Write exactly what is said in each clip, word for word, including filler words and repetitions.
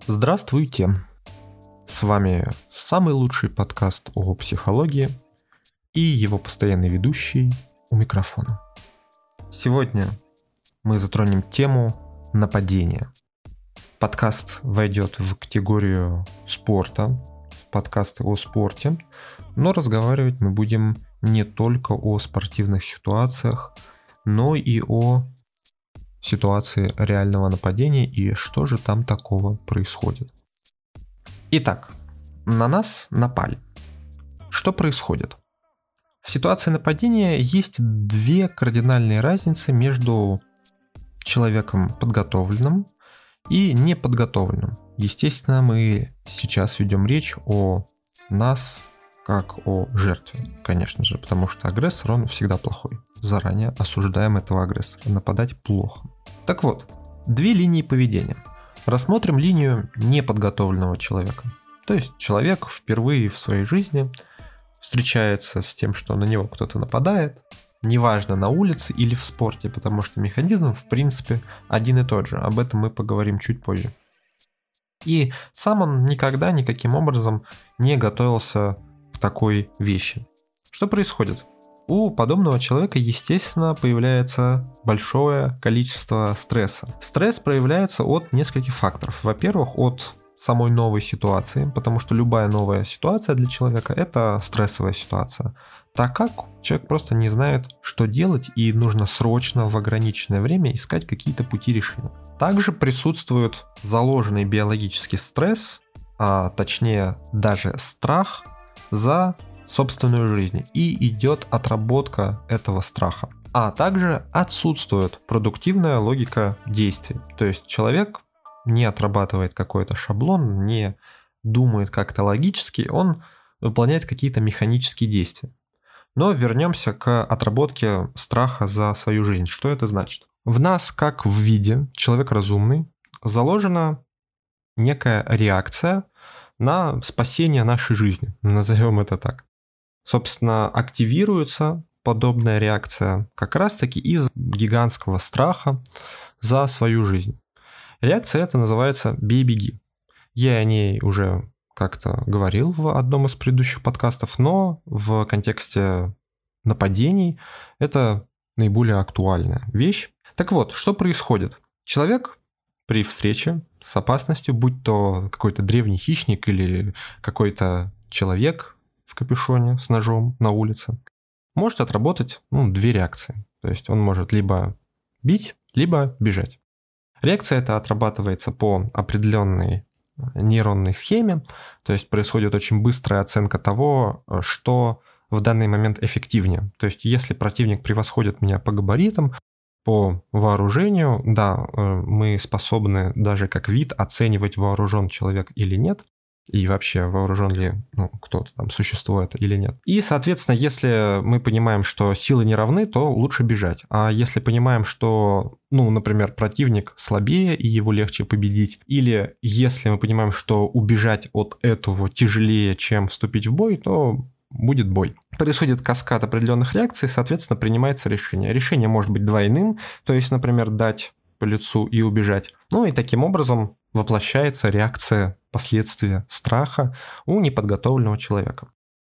Здравствуйте! С вами самый лучший подкаст о психологии и его постоянный ведущий у микрофона. Сегодня мы затронем тему нападения. Подкаст войдет в категорию спорта, подкасты о спорте, но разговаривать мы будем не только о спортивных ситуациях, но и о ситуации реального нападения и что же там такого происходит. Итак, на нас напали. Что происходит? В ситуации нападения есть две кардинальные разницы между человеком подготовленным и неподготовленным. Естественно, мы сейчас ведем речь о нас как о жертве, конечно же, потому что агрессор, он всегда плохой. Заранее осуждаем этого агрессора. Нападать плохо. Так вот, две линии поведения. Рассмотрим линию неподготовленного человека. То есть человек впервые в своей жизни встречается с тем, что на него кто-то нападает, неважно, на улице или в спорте, потому что механизм, в принципе, один и тот же. Об этом мы поговорим чуть позже. И сам он никогда никаким образом не готовился к такой вещи. Что происходит? У подобного человека, естественно, появляется большое количество стресса. Стресс проявляется от нескольких факторов. Во-первых, от самой новой ситуации, потому что любая новая ситуация для человека – это стрессовая ситуация, так как человек просто не знает, что делать, и нужно срочно в ограниченное время искать какие-то пути решения. Также присутствует заложенный биологический стресс, а точнее даже страх за собственную жизнь, и идет отработка этого страха. А также отсутствует продуктивная логика действий, то есть человек не отрабатывает какой-то шаблон, не думает как-то логически, он выполняет какие-то механические действия. Но вернемся к отработке страха за свою жизнь. Что это значит? В нас, как в виде, человек разумный, заложена некая реакция на спасение нашей жизни, назовем это так. Собственно, активируется подобная реакция как раз-таки из гигантского страха за свою жизнь. Реакция эта называется «бей-беги». Я о ней уже как-то говорил в одном из предыдущих подкастов, но в контексте нападений это наиболее актуальная вещь. Так вот, что происходит? Человек при встрече с опасностью, будь то какой-то древний хищник или какой-то человек в капюшоне с ножом на улице, может отработать ну, две реакции. То есть он может либо бить, либо бежать. Реакция эта отрабатывается по определенной нейронной схеме, то есть происходит очень быстрая оценка того, что в данный момент эффективнее. То есть если противник превосходит меня по габаритам, по вооружению, да, мы способны даже как вид оценивать, вооружен человек или нет, и вообще вооружен ли ну, кто-то там, существо это или нет. И, соответственно, если мы понимаем, что силы не равны, то лучше бежать. А если понимаем, что, ну, например, противник слабее и его легче победить, или если мы понимаем, что убежать от этого тяжелее, чем вступить в бой, то будет бой. Происходит каскад определенных реакций, соответственно, принимается решение. Решение может быть двойным, то есть, например, дать по лицу и убежать. Ну и таким образом воплощается реакция, последствия страха у неподготовленного человека.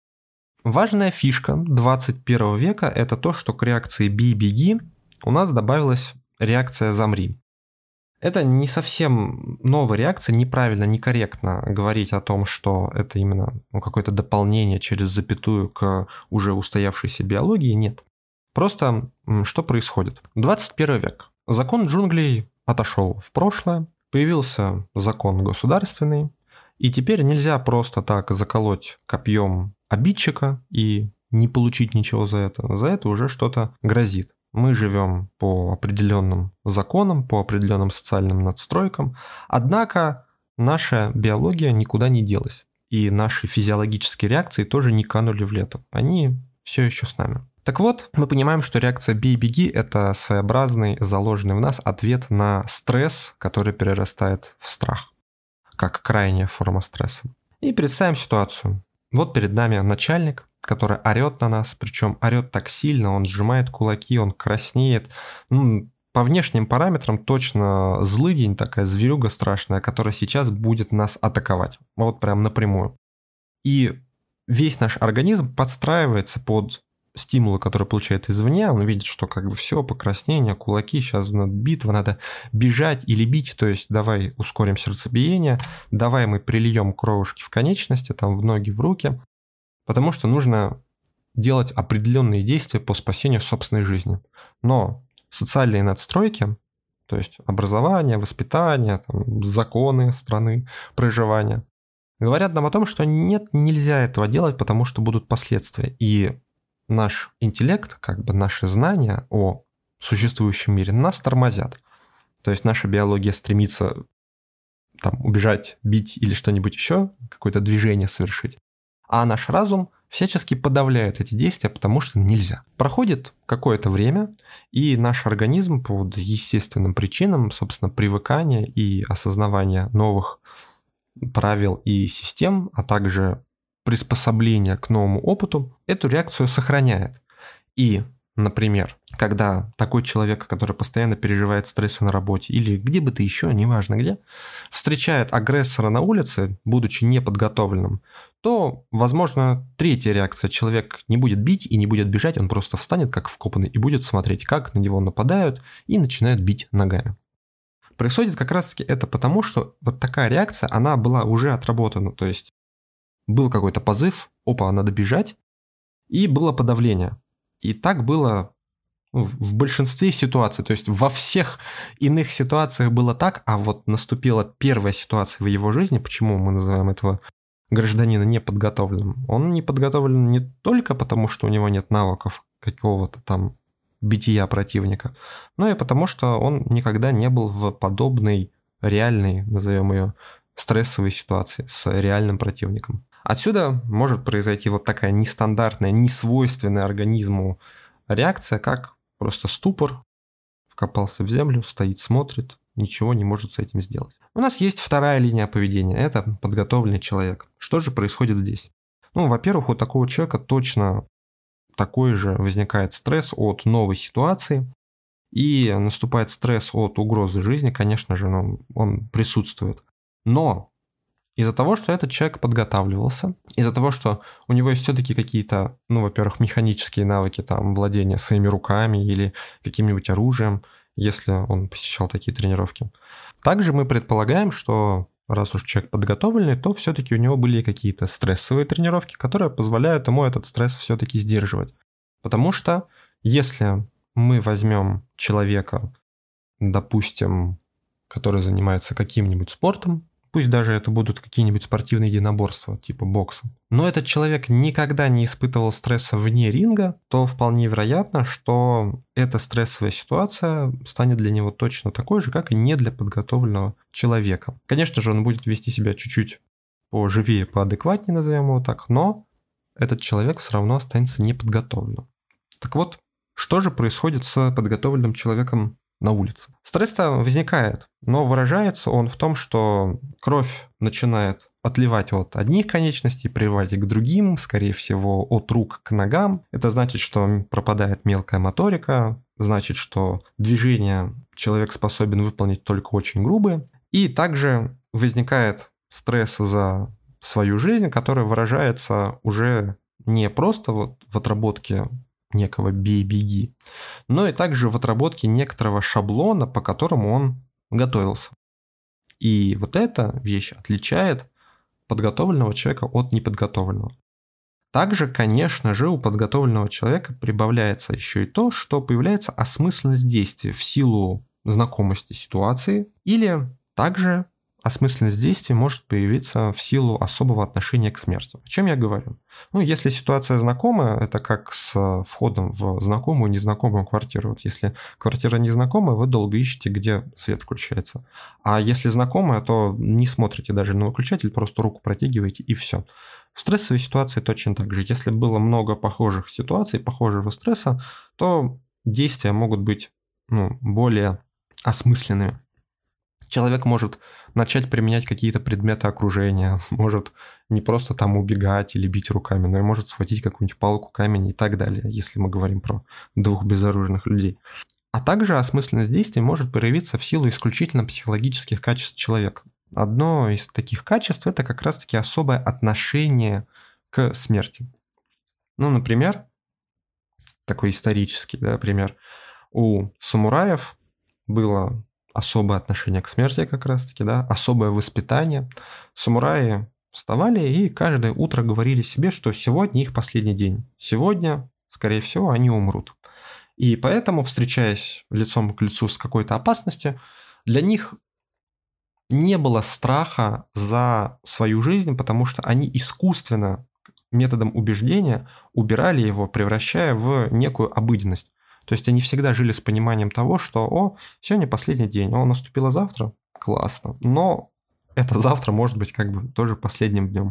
Важная фишка двадцать первого века – это то, что к реакции «бей-беги» у нас добавилась реакция «замри». Это не совсем новая реакция, неправильно, некорректно говорить о том, что это именно ну, какое-то дополнение через запятую к уже устоявшейся биологии, нет. Просто что происходит? двадцать первый век. Закон джунглей отошел в прошлое, появился закон государственный, и теперь нельзя просто так заколоть копьем обидчика и не получить ничего за это. За это уже что-то грозит. Мы живем по определенным законам, по определенным социальным надстройкам, однако наша биология никуда не делась, и наши физиологические реакции тоже не канули в лету. Они все еще с нами. Так вот, мы понимаем, что реакция «бей-беги» — это своеобразный, заложенный в нас ответ на стресс, который перерастает в страх, как крайняя форма стресса. И представим ситуацию. Вот перед нами начальник, который орет на нас, причем орет так сильно, он сжимает кулаки, он краснеет, ну, по внешним параметрам точно злыдень, такая зверюга страшная, которая сейчас будет нас атаковать. Вот прям напрямую. И весь наш организм подстраивается под стимулы, которые получает извне. Он видит, что как бы все, покраснение, кулаки, сейчас битва, надо бежать или бить, то есть давай ускорим сердцебиение, давай мы прильем кровушки в конечности, там в ноги, в руки, потому что нужно делать определенные действия по спасению собственной жизни. Но социальные надстройки, то есть образование, воспитание, там, законы страны, проживания, говорят нам о том, что нет, нельзя этого делать, потому что будут последствия. И наш интеллект, как бы наши знания о существующем мире нас тормозят. То есть наша биология стремится там, убежать, бить или что-нибудь еще, какое-то движение совершить. А наш разум всячески подавляет эти действия, потому что нельзя. Проходит какое-то время, и наш организм по естественным причинам, собственно, привыкания и осознавания новых правил и систем, а также приспособления к новому опыту, эту реакцию сохраняет. И, например, когда такой человек, который постоянно переживает стрессы на работе или где бы ты еще, неважно где, встречает агрессора на улице, будучи неподготовленным, то, возможно, третья реакция: человек не будет бить и не будет бежать, он просто встанет как вкопанный и будет смотреть, как на него нападают и начинают бить ногами. Происходит как раз-таки это потому, что вот такая реакция, она была уже отработана, то есть был какой-то позыв, опа, надо бежать, и было подавление. И так было ну, в большинстве ситуаций, то есть во всех иных ситуациях было так, а вот наступила первая ситуация в его жизни, почему мы называем этого гражданина неподготовленным. Он не подготовлен не только потому, что у него нет навыков какого-то там бития противника, но и потому, что он никогда не был в подобной реальной, назовем ее, стрессовой ситуации с реальным противником. Отсюда может произойти вот такая нестандартная, несвойственная организму реакция, как просто ступор, вкопался в землю, стоит, смотрит, ничего не может с этим сделать. У нас есть вторая линия поведения, это подготовленный человек. Что же происходит здесь? Ну, во-первых, у такого человека точно такой же возникает стресс от новой ситуации, и наступает стресс от угрозы жизни, конечно же, ну, он присутствует. Но из-за того, что этот человек подготавливался, из-за того, что у него есть все-таки какие-то, ну, во-первых, механические навыки, там, владения своими руками или каким-нибудь оружием, если он посещал такие тренировки. Также мы предполагаем, что раз уж человек подготовленный, то все-таки у него были какие-то стрессовые тренировки, которые позволяют ему этот стресс все-таки сдерживать. Потому что если мы возьмем человека, допустим, который занимается каким-нибудь спортом, пусть даже это будут какие-нибудь спортивные единоборства, типа бокса, но этот человек никогда не испытывал стресса вне ринга, то вполне вероятно, что эта стрессовая ситуация станет для него точно такой же, как и не для подготовленного человека. Конечно же, он будет вести себя чуть-чуть поживее, поадекватнее, назовем его так, но этот человек все равно останется неподготовленным. Так вот, что же происходит с подготовленным человеком на улице? Стресс-то возникает, но выражается он в том, что кровь начинает отливать от одних конечностей, приливать к другим, скорее всего, от рук к ногам. Это значит, что пропадает мелкая моторика, значит, что движения человек способен выполнить только очень грубые. И также возникает стресс за свою жизнь, который выражается уже не просто вот в отработке некого бей-беги, но и также в отработке некоторого шаблона, по которому он готовился. И вот эта вещь отличает подготовленного человека от неподготовленного. Также, конечно же, у подготовленного человека прибавляется еще и то, что появляется осмысленность действия в силу знакомости ситуации, или также осмысленность действий может появиться в силу особого отношения к смерти. О чем я говорю? Ну, если ситуация знакомая, это как с входом в знакомую, незнакомую квартиру. Вот если квартира незнакомая, вы долго ищете, где свет включается. А если знакомая, то не смотрите даже на выключатель, просто руку протягиваете и все. В стрессовой ситуации точно так же. Если было много похожих ситуаций, похожего стресса, то действия могут быть ну, более осмысленными. Человек может начать применять какие-то предметы окружения, может не просто там убегать или бить руками, но и может схватить какую-нибудь палку, камень и так далее, если мы говорим про двух безоружных людей. А также осмысленность действий может проявиться в силу исключительно психологических качеств человека. Одно из таких качеств – это как раз-таки особое отношение к смерти. Ну, например, такой исторический, да, пример. У самураев было особое отношение к смерти как раз-таки, да, особое воспитание. Самураи вставали и каждое утро говорили себе, что сегодня их последний день. Сегодня, скорее всего, они умрут. И поэтому, встречаясь лицом к лицу с какой-то опасностью, для них не было страха за свою жизнь, потому что они искусственно методом убеждения убирали его, превращая в некую обыденность. То есть они всегда жили с пониманием того, что «О, сегодня последний день, о, наступило завтра? Классно». Но это завтра может быть как бы тоже последним днем.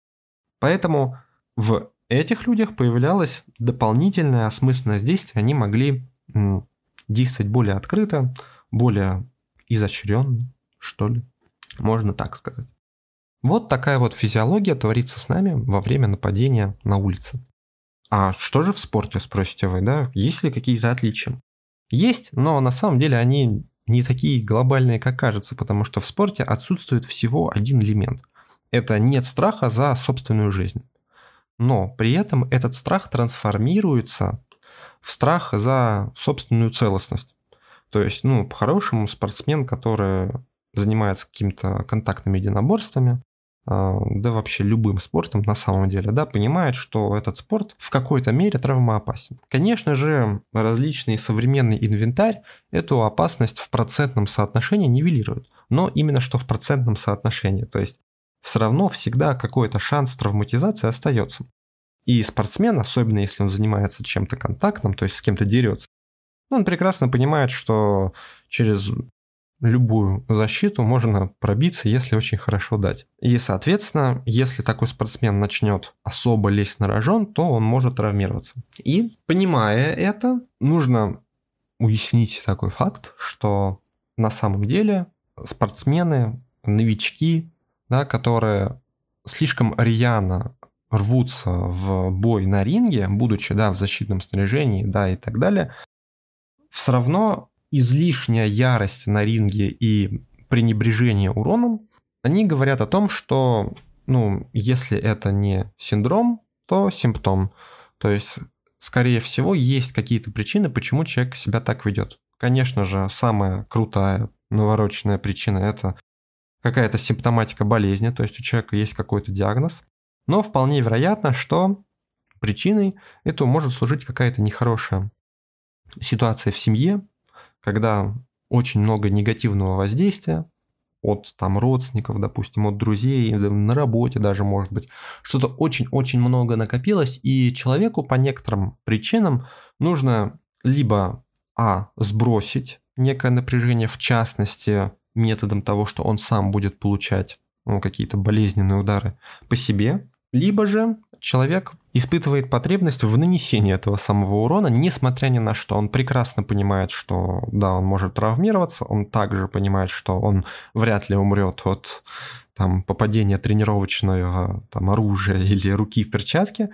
Поэтому в этих людях появлялась дополнительная осмысленность действий, они могли м, действовать более открыто, более изощренно, что ли, можно так сказать. Вот такая вот физиология творится с нами во время нападения на улице. А что же в спорте, спросите вы, да? Есть ли какие-то отличия? Есть, но на самом деле они не такие глобальные, как кажется, потому что в спорте отсутствует всего один элемент. Это нет страха за собственную жизнь. Но при этом этот страх трансформируется в страх за собственную целостность. То есть, ну, по-хорошему, спортсмен, который занимается какими-то контактными единоборствами, да вообще любым спортом на самом деле, да, понимает, что этот спорт в какой-то мере травмоопасен. Конечно же, различный современный инвентарь эту опасность в процентном соотношении нивелирует, но именно что в процентном соотношении, то есть все равно всегда какой-то шанс травматизации остается. И спортсмен, особенно если он занимается чем-то контактным, то есть с кем-то дерется, он прекрасно понимает, что через любую защиту можно пробиться, если очень хорошо дать. И, соответственно, если такой спортсмен начнет особо лезть на рожон, то он может травмироваться. И, понимая это, нужно уяснить такой факт, что на самом деле спортсмены, новички, да, которые слишком рьяно рвутся в бой на ринге, будучи, да, в защитном снаряжении, да, и так далее, все равно излишняя ярость на ринге и пренебрежение уроном, они говорят о том, что, ну, если это не синдром, то симптом. То есть, скорее всего, есть какие-то причины, почему человек себя так ведет. Конечно же, самая крутая, навороченная причина – это какая-то симптоматика болезни, то есть у человека есть какой-то диагноз. Но вполне вероятно, что причиной этого может служить какая-то нехорошая ситуация в семье, когда очень много негативного воздействия от там родственников, допустим, от друзей, на работе даже, может быть, что-то очень-очень много накопилось, и человеку по некоторым причинам нужно либо а. сбросить некое напряжение, в частности, методом того, что он сам будет получать, ну, какие-то болезненные удары по себе, либо же человек испытывает потребность в нанесении этого самого урона, несмотря ни на что. Он прекрасно понимает, что да, он может травмироваться, он также понимает, что он вряд ли умрет от там, попадения тренировочного там, оружия или руки в перчатке,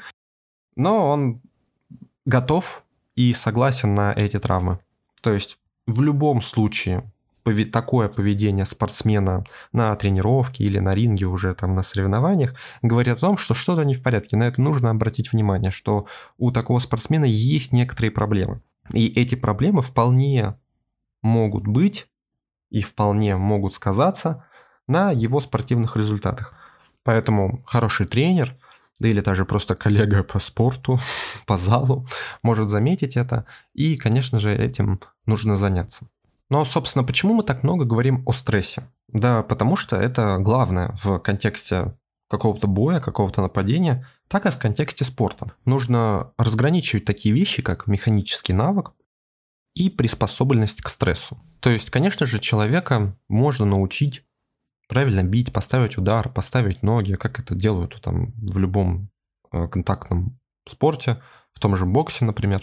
но он готов и согласен на эти травмы. То есть в любом случае такое поведение спортсмена на тренировке или на ринге уже там на соревнованиях говорит о том, что что-то не в порядке. На это нужно обратить внимание, что у такого спортсмена есть некоторые проблемы. И эти проблемы вполне могут быть и вполне могут сказаться на его спортивных результатах. Поэтому хороший тренер, да или даже просто коллега по спорту, по залу, может заметить это, и, конечно же, этим нужно заняться. Но, собственно, почему мы так много говорим о стрессе? Да, потому что это главное в контексте какого-то боя, какого-то нападения, так и в контексте спорта. Нужно разграничивать такие вещи, как механический навык и приспособленность к стрессу. То есть, конечно же, человека можно научить правильно бить, поставить удар, поставить ноги, как это делают там, в любом контактном спорте, в том же боксе, например.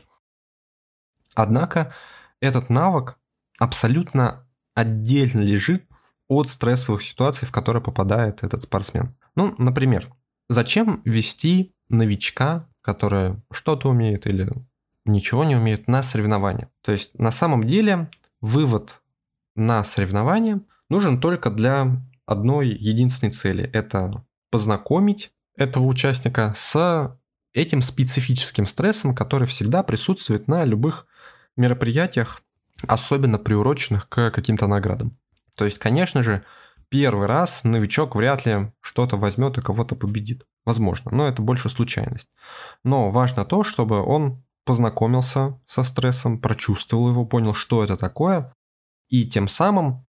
Однако этот навык абсолютно отдельно лежит от стрессовых ситуаций, в которые попадает этот спортсмен. Ну, например, зачем вести новичка, который что-то умеет или ничего не умеют на соревнования. То есть на самом деле вывод на соревнования нужен только для одной единственной цели. Это познакомить этого участника с этим специфическим стрессом, который всегда присутствует на любых мероприятиях, особенно приуроченных к каким-то наградам. То есть, конечно же, первый раз новичок вряд ли что-то возьмет и кого-то победит. Возможно, но это больше случайность. Но важно то, чтобы он познакомился со стрессом, прочувствовал его, понял, что это такое, и тем самым,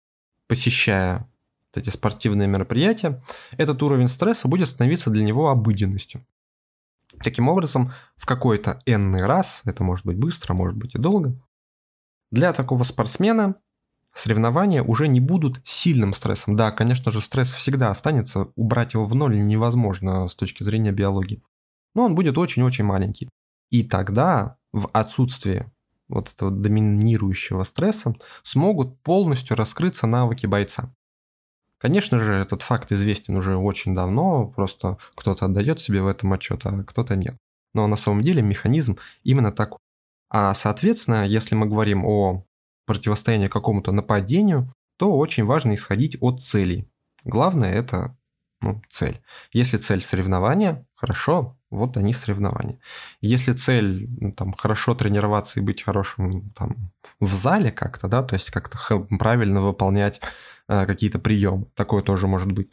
посещая вот эти спортивные мероприятия, этот уровень стресса будет становиться для него обыденностью. Таким образом, в какой-то энный раз, это может быть быстро, может быть и долго, для такого спортсмена соревнования уже не будут сильным стрессом. Да, конечно же, стресс всегда останется, убрать его в ноль невозможно с точки зрения биологии. Но он будет очень-очень маленький. И тогда, в отсутствии вот этого доминирующего стресса, смогут полностью раскрыться навыки бойца. Конечно же, этот факт известен уже очень давно, просто кто-то отдает себе в этом отчет, а кто-то нет. Но на самом деле механизм именно такой. А соответственно, если мы говорим о противостоянии какому-то нападению, то очень важно исходить от целей. Главное это ну, цель. Если цель соревнования, хорошо, вот они соревнования. Если цель ну, там, хорошо тренироваться и быть хорошим там, в зале как-то, да, то есть как-то правильно выполнять э, какие-то приемы, такое тоже может быть,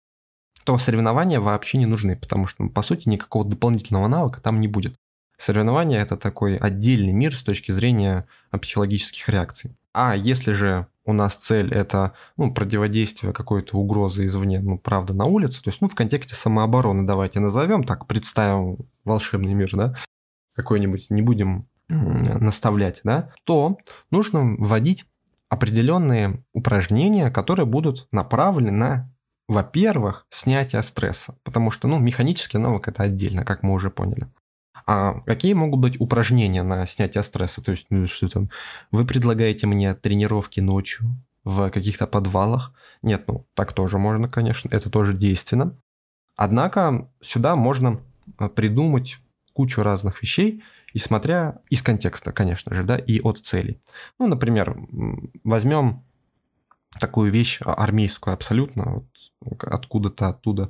то соревнования вообще не нужны, потому что, по сути, никакого дополнительного навыка там не будет. Соревнования – это такой отдельный мир с точки зрения психологических реакций. А если же у нас цель – это ну, противодействие какой-то угрозы извне, ну, правда, на улице, то есть ну, в контексте самообороны давайте назовем, так представим волшебный мир, да, какой-нибудь, не будем наставлять, да, то нужно вводить определенные упражнения, которые будут направлены на, во-первых, снятие стресса, потому что ну, механический навык – это отдельно, как мы уже поняли. А какие могут быть упражнения на снятие стресса? То есть, ну что там, вы предлагаете мне тренировки ночью в каких-то подвалах? Нет, ну так тоже можно, конечно, это тоже действенно. Однако сюда можно придумать кучу разных вещей, и смотря из контекста, конечно же, да, и от целей. Ну, например, возьмем такую вещь армейскую абсолютно, вот, откуда-то оттуда,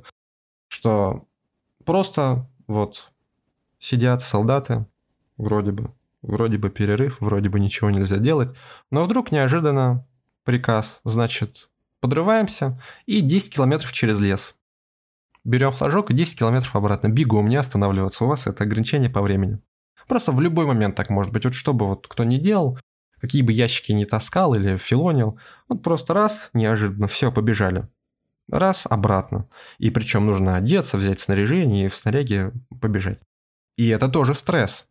что просто вот... Сидят солдаты, вроде бы, вроде бы перерыв, вроде бы ничего нельзя делать, но вдруг неожиданно приказ, значит, подрываемся и десять километров через лес. Берем флажок и десять километров обратно, бегом, не останавливаться, у вас это ограничение по времени. Просто в любой момент так может быть, вот что бы вот кто ни делал, какие бы ящики не таскал или филонил, вот просто раз, неожиданно, все, побежали. Раз, обратно. И причем нужно одеться, взять снаряжение и в снаряге побежать. И это тоже стресс.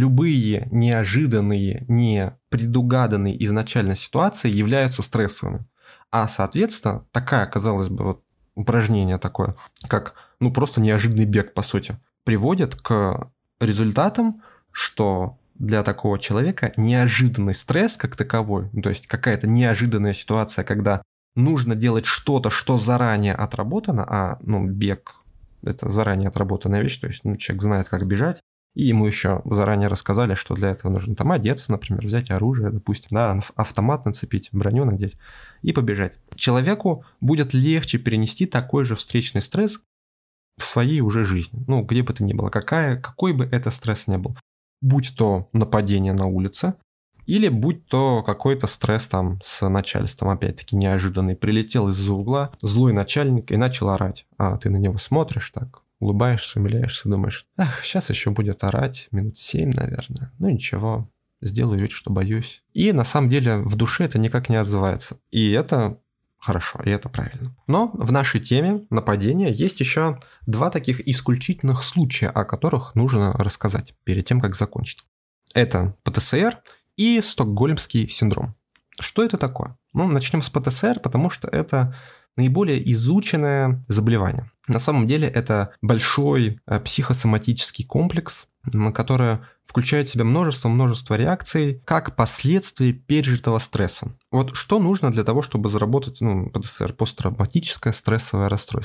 Любые неожиданные, не предугаданные изначально ситуации являются стрессовыми. А, соответственно, такая, казалось бы, вот упражнение такое, как, ну, просто неожиданный бег, по сути, приводит к результатам, что для такого человека неожиданный стресс как таковой, ну, то есть какая-то неожиданная ситуация, когда нужно делать что-то, что заранее отработано, а, ну, бег... Это заранее отработанная вещь, то есть ну, человек знает, как бежать, и ему еще заранее рассказали, что для этого нужно там одеться, например, взять оружие, допустим, да, автомат нацепить, броню надеть и побежать. Человеку будет легче перенести такой же встречный стресс в своей уже жизни, ну, где бы то ни было, какая, какой бы это стресс ни был. Будь то нападение на улице, или будь то какой-то стресс там с начальством, опять-таки неожиданный. Прилетел из-за угла злой начальник и начал орать. А ты на него смотришь так, улыбаешься, умиляешься, думаешь, ах, сейчас еще будет орать минут семь, наверное. Ну ничего, сделаю вид, что боюсь. И на самом деле в душе это никак не отзывается. И это хорошо, и это правильно. Но в нашей теме нападения есть еще два таких исключительных случая, о которых нужно рассказать перед тем, как закончить. Это ПТСР и стокгольмский синдром. Что это такое? Ну, начнем с ПТСР, потому что это наиболее изученное заболевание. На самом деле это большой психосоматический комплекс, который включает в себя множество-множество реакций как последствия пережитого стресса. Вот что нужно для того, чтобы заработать ну, ПТСР, посттравматическое стрессовое расстройство?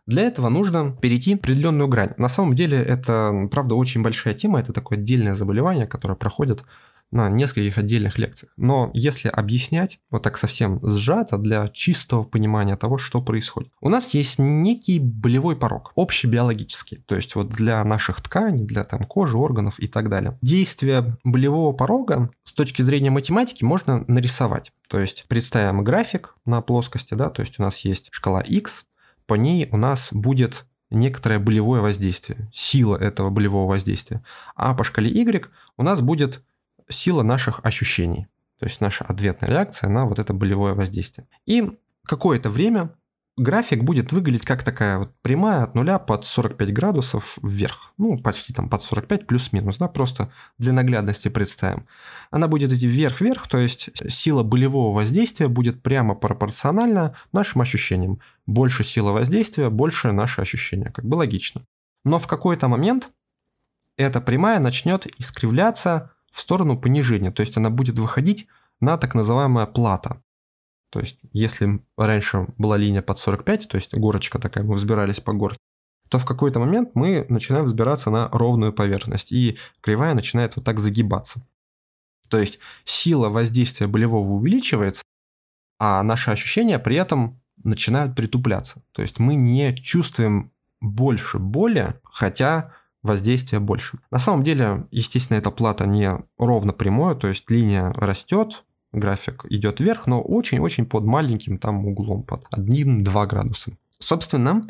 Для этого нужно перейти определенную грань. На самом деле это, правда, очень большая тема, это такое отдельное заболевание, которое проходит на нескольких отдельных лекциях. Но если объяснять вот так совсем сжато для чистого понимания того, что происходит. У нас есть некий болевой порог, общебиологический, то есть вот для наших тканей, для там кожи, органов и так далее. Действие болевого порога с точки зрения математики можно нарисовать. То есть представим график на плоскости, да, то есть у нас есть шкала X, по ней у нас будет некоторое болевое воздействие, сила этого болевого воздействия. А по шкале Y у нас будет сила наших ощущений, то есть наша ответная реакция на вот это болевое воздействие. И какое-то время график будет выглядеть как такая вот прямая от нуля под сорок пять градусов вверх. Ну, почти там под сорок пять плюс-минус, да, просто для наглядности представим. Она будет идти вверх-вверх, то есть сила болевого воздействия будет прямо пропорциональна нашим ощущениям. Больше сила воздействия, больше наши ощущения, как бы логично. Но в какой-то момент эта прямая начнет искривляться в сторону понижения, то есть она будет выходить на так называемая плата. То есть если раньше была линия под сорок пять, то есть горочка такая, мы взбирались по горке, то в какой-то момент мы начинаем взбираться на ровную поверхность, и кривая начинает вот так загибаться. То есть сила воздействия болевого увеличивается, а наши ощущения при этом начинают притупляться. То есть мы не чувствуем больше боли, хотя воздействие больше. На самом деле, естественно, эта плата не ровно прямая, то есть линия растет, график идет вверх, но очень-очень под маленьким там углом, под один-два градуса. Собственно,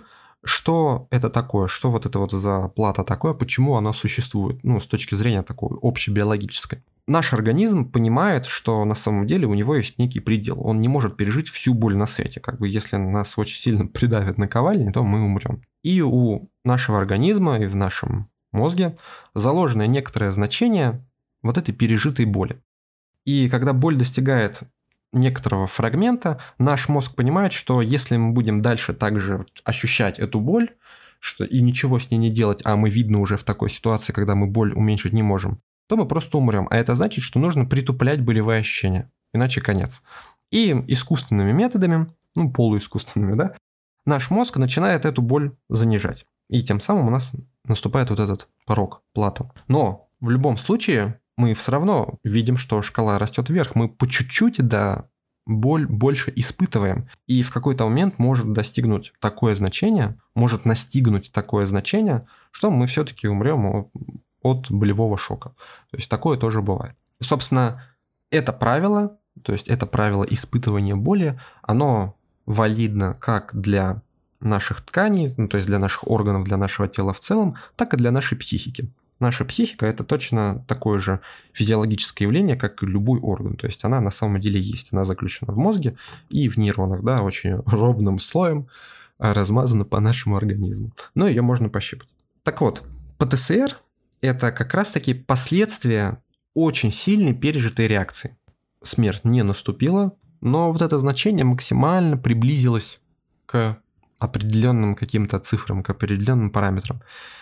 что это такое? Что вот это вот за плата такое? Почему она существует? Ну, с точки зрения такой общебиологической. Наш организм понимает, что на самом деле у него есть некий предел. Он не может пережить всю боль на свете. Как бы если нас очень сильно придавит наковальней, то мы умрем. И у нашего организма, и в нашем мозге заложено некоторое значение вот этой пережитой боли. И когда боль достигает некоторого фрагмента, наш мозг понимает, что если мы будем дальше также ощущать эту боль, что и ничего с ней не делать, а мы видно уже в такой ситуации, когда мы боль уменьшить не можем, то мы просто умрем. А это значит, что нужно притуплять болевые ощущения, иначе конец. И искусственными методами, ну полуискусственными, да, наш мозг начинает эту боль занижать. И тем самым у нас наступает вот этот порог, плата. Но в любом случае мы все равно видим, что шкала растет вверх. Мы по чуть-чуть, да, боль больше испытываем. И в какой-то момент может достигнуть такое значение, может настигнуть такое значение, что мы все-таки умрем от болевого шока. То есть такое тоже бывает. И, собственно, это правило, то есть это правило испытывания боли, оно валидно как для наших тканей, ну, то есть для наших органов, для нашего тела в целом, так и для нашей психики. Наша психика – это точно такое же физиологическое явление, как и любой орган. То есть она на самом деле есть. Она заключена в мозге и в нейронах, да, очень ровным слоем размазана по нашему организму. Но ее можно пощупать. Так вот, ПТСР – это как раз-таки последствия очень сильной пережитой реакции. Смерть не наступила, но вот это значение максимально приблизилось к определенным каким-то цифрам, к определенным параметрам.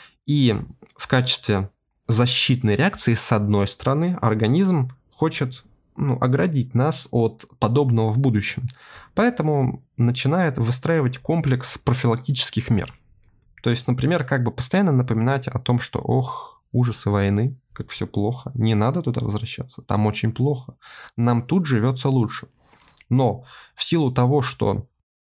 И в качестве защитной реакции, с одной стороны, организм хочет ну, оградить нас от подобного в будущем. Поэтому начинает выстраивать комплекс профилактических мер. То есть, например, как бы постоянно напоминать о том, что ох, ужасы войны, как все плохо, не надо туда возвращаться, там очень плохо, нам тут живется лучше. Но в силу того, что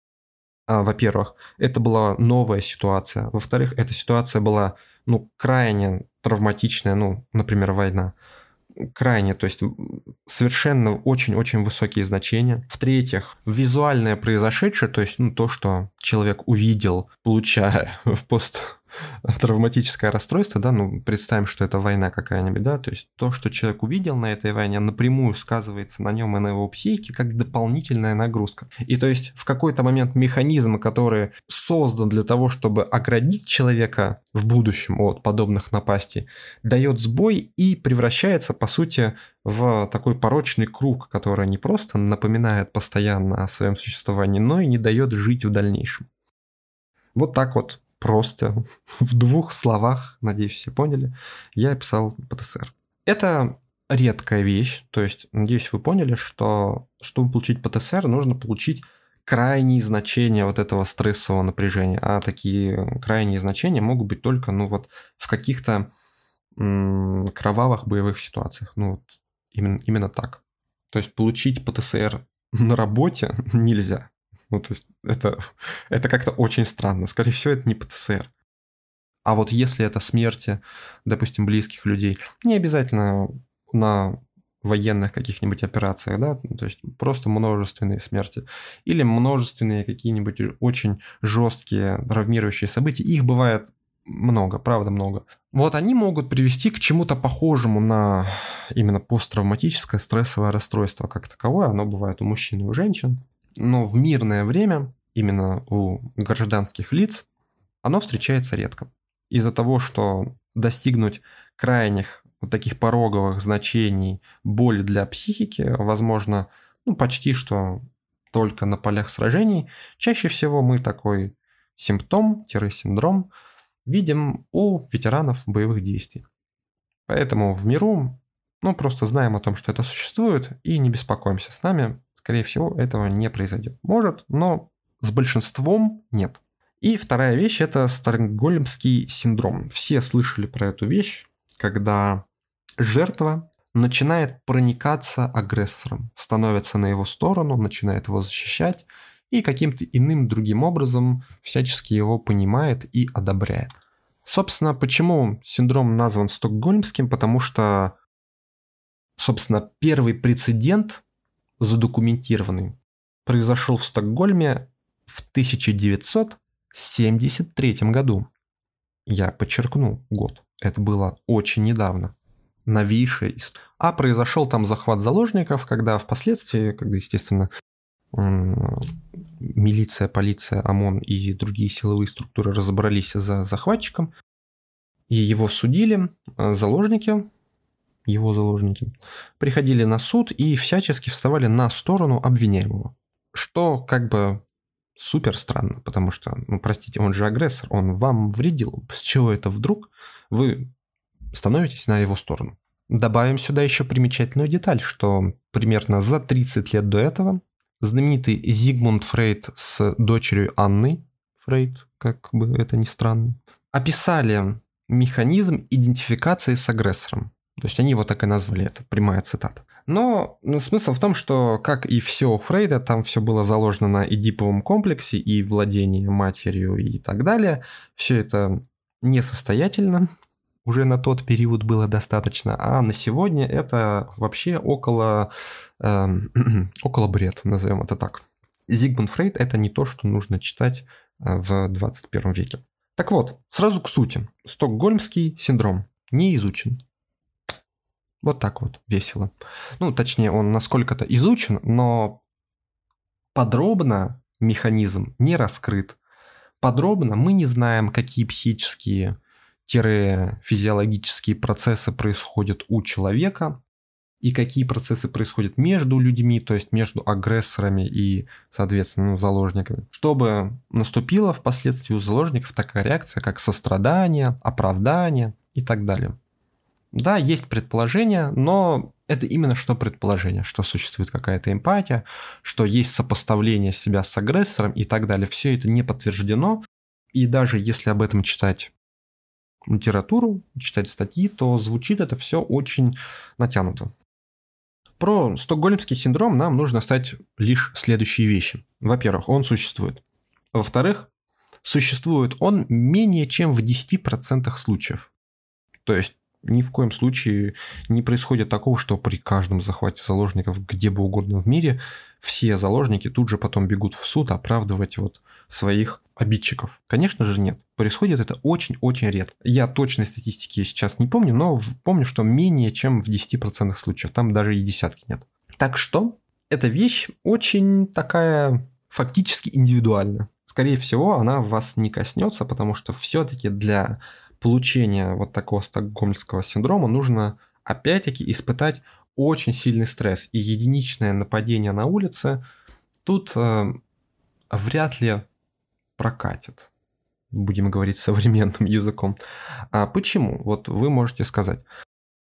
А, во-первых, это была новая ситуация. Во-вторых, эта ситуация была, ну, крайне травматичная, ну, например, война. Крайне, то есть совершенно очень-очень высокие значения. В-третьих, визуальное произошедшее, то есть ну, то, что человек увидел, получая в посттравматическое расстройство, да, ну, представим, что это война какая-нибудь, да, то есть то, что человек увидел на этой войне, напрямую сказывается на нем и на его психике как дополнительная нагрузка. И то есть в какой-то момент механизм, который создан для того, чтобы оградить человека в будущем от подобных напастей, дает сбой и превращается, по сути, в такой порочный круг, который не просто напоминает постоянно о своем существовании, но и не дает жить в дальнейшем. Вот так вот просто, в двух словах, надеюсь, все поняли, я описал ПТСР. Это редкая вещь, то есть, надеюсь, вы поняли, что чтобы получить ПТСР, нужно получить крайние значения вот этого стрессового напряжения. А такие крайние значения могут быть только, ну вот, в каких-то м- кровавых боевых ситуациях. Ну вот, именно, именно так. То есть получить ПТСР на работе нельзя. Ну, то есть это, это как-то очень странно. Скорее всего, это не ПТСР. А вот если это смерти, допустим, близких людей, не обязательно на военных каких-нибудь операциях, да, то есть просто множественные смерти или множественные какие-нибудь очень жесткие травмирующие события, их бывает много, правда много. Вот они могут привести к чему-то похожему на именно посттравматическое стрессовое расстройство как таковое, оно бывает у мужчин и у женщин, но в мирное время именно у гражданских лиц оно встречается редко. Из-за того, что достигнуть крайних вот таких пороговых значений боли для психики возможно, ну, почти что только на полях сражений, чаще всего мы такой симптом-синдром видим у ветеранов боевых действий. Поэтому в миру, ну, просто знаем о том, что это существует, и не беспокоимся. С нами, скорее всего, этого не произойдет. Может, но с большинством нет. И вторая вещь – это стокгольмский синдром. Все слышали про эту вещь, когда жертва начинает проникаться агрессором, становится на его сторону, начинает его защищать и каким-то иным другим образом всячески его понимает и одобряет. Собственно, почему синдром назван стокгольмским? Потому что, собственно, первый прецедент задокументированный произошел в Стокгольме в тысяча девятьсот семьдесят третьем году. Я подчеркну год. Это было очень недавно. Новейшее. А произошел там захват заложников, когда впоследствии, когда, естественно, милиция, полиция, ОМОН и другие силовые структуры разобрались за захватчиком, и его судили, заложники, его заложники, приходили на суд и всячески вставали на сторону обвиняемого. Что как бы супер странно, потому что, ну, простите, он же агрессор, он вам вредил. С чего это вдруг вы становитесь на его сторону? Добавим сюда еще примечательную деталь, что примерно за тридцать лет до этого знаменитый Зигмунд Фрейд с дочерью Анной Фрейд, как бы это ни странно, описали механизм идентификации с агрессором. То есть они его так и назвали, это прямая цитата. Но ну, смысл в том, что, как и все у Фрейда, там все было заложено на эдиповом комплексе и владении матерью и так далее. Все это несостоятельно, уже на тот период было достаточно, а на сегодня это вообще около, э, около бред, назовем это так. Зигмунд Фрейд – это не то, что нужно читать в двадцать первом веке. Так вот, сразу к сути. Стокгольмский синдром не изучен. Вот так вот, весело. Ну, точнее, он насколько-то изучен, но подробно механизм не раскрыт. Подробно мы не знаем, какие психические физиологические процессы происходят у человека и какие процессы происходят между людьми, то есть между агрессорами и, соответственно, ну, заложниками, чтобы наступила впоследствии у заложников такая реакция, как сострадание, оправдание и так далее. Да, есть предположения, но это именно что предположение, что существует какая-то эмпатия, что есть сопоставление себя с агрессором и так далее. Все это не подтверждено, и даже если об этом читать литературу, читать статьи, то звучит это все очень натянуто. Про стокгольмский синдром нам нужно знать лишь следующие вещи. Во-первых, он существует. Во-вторых, существует он менее чем в десяти процентах случаев. То есть ни в коем случае не происходит такого, что при каждом захвате заложников где бы угодно в мире все заложники тут же потом бегут в суд оправдывать вот своих обидчиков. Конечно же нет. Происходит это очень-очень редко. Я точной статистики сейчас не помню, но помню, что менее чем в десяти процентах случаев. Там даже и десятки нет. Так что эта вещь очень такая фактически индивидуальная. Скорее всего, она вас не коснется, потому что все-таки для получения вот такого стокгольмского синдрома нужно опять-таки испытать очень сильный стресс. И единичное нападение на улице тут э, вряд ли прокатит, будем говорить современным языком. А почему? Вот вы можете сказать.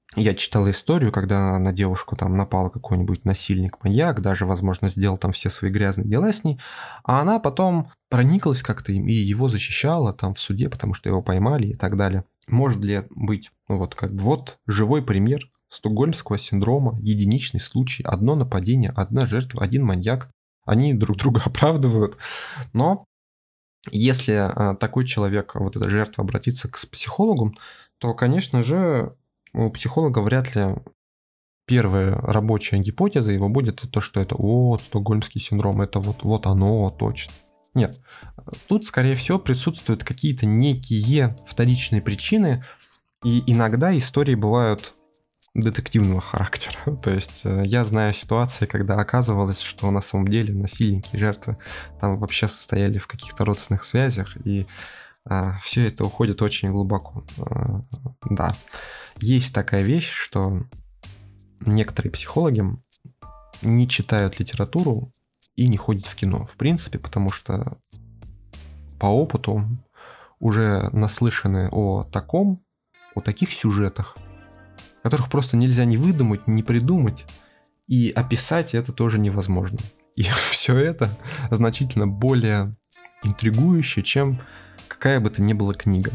Я читал историю, когда на девушку там напал какой-нибудь насильник-маньяк, даже, возможно, сделал там все свои грязные дела с ней, а она потом прониклась как-то им и его защищала там в суде, потому что его поймали и так далее. Может ли быть, ну вот как бы вот живой пример стокгольмского синдрома, единичный случай, одно нападение, одна жертва, один маньяк, они друг друга оправдывают, но если а, такой человек, вот эта жертва, обратится к психологу, то, конечно же, у психолога вряд ли первая рабочая гипотеза его будет то, что это вот стокгольмский синдром, это вот, вот оно точно. Нет, тут, скорее всего, присутствуют какие-то некие вторичные причины, и иногда истории бывают детективного характера. То есть я знаю ситуации, когда оказывалось, что на самом деле насильники и жертвы там вообще состояли в каких-то родственных связях, и а, все это уходит очень глубоко. А, да. Есть такая вещь, что некоторые психологи не читают литературу и не ходят в кино, в принципе, потому что по опыту уже наслышаны о таком, о таких сюжетах, которых просто нельзя ни выдумать, ни придумать, и описать это тоже невозможно. И все это значительно более интригующе, чем какая бы то ни была книга.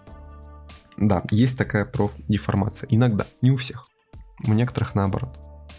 Да, есть такая профдеформация. Иногда, не у всех. У некоторых наоборот.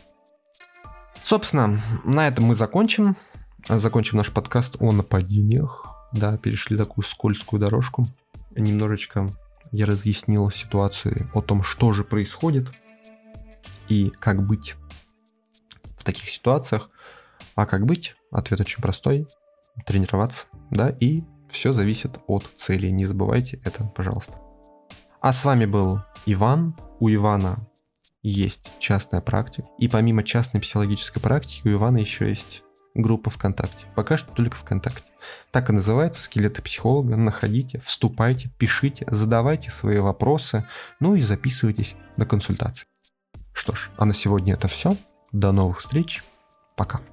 Собственно, на этом мы закончим. Закончим наш подкаст о нападениях. Да, перешли такую скользкую дорожку. Немножечко я разъяснил ситуацию о том, что же происходит и как быть в таких ситуациях. А как быть? Ответ очень простой. Тренироваться, да, и все зависит от цели. Не забывайте это, пожалуйста. А с вами был Иван. У Ивана есть частная практика. И помимо частной психологической практики, у Ивана еще есть группа ВКонтакте. Пока что только ВКонтакте. Так и называется «Скелеты психолога». Находите, вступайте, пишите, задавайте свои вопросы, ну и записывайтесь на консультации. Что ж, а на сегодня это все. До новых встреч. Пока.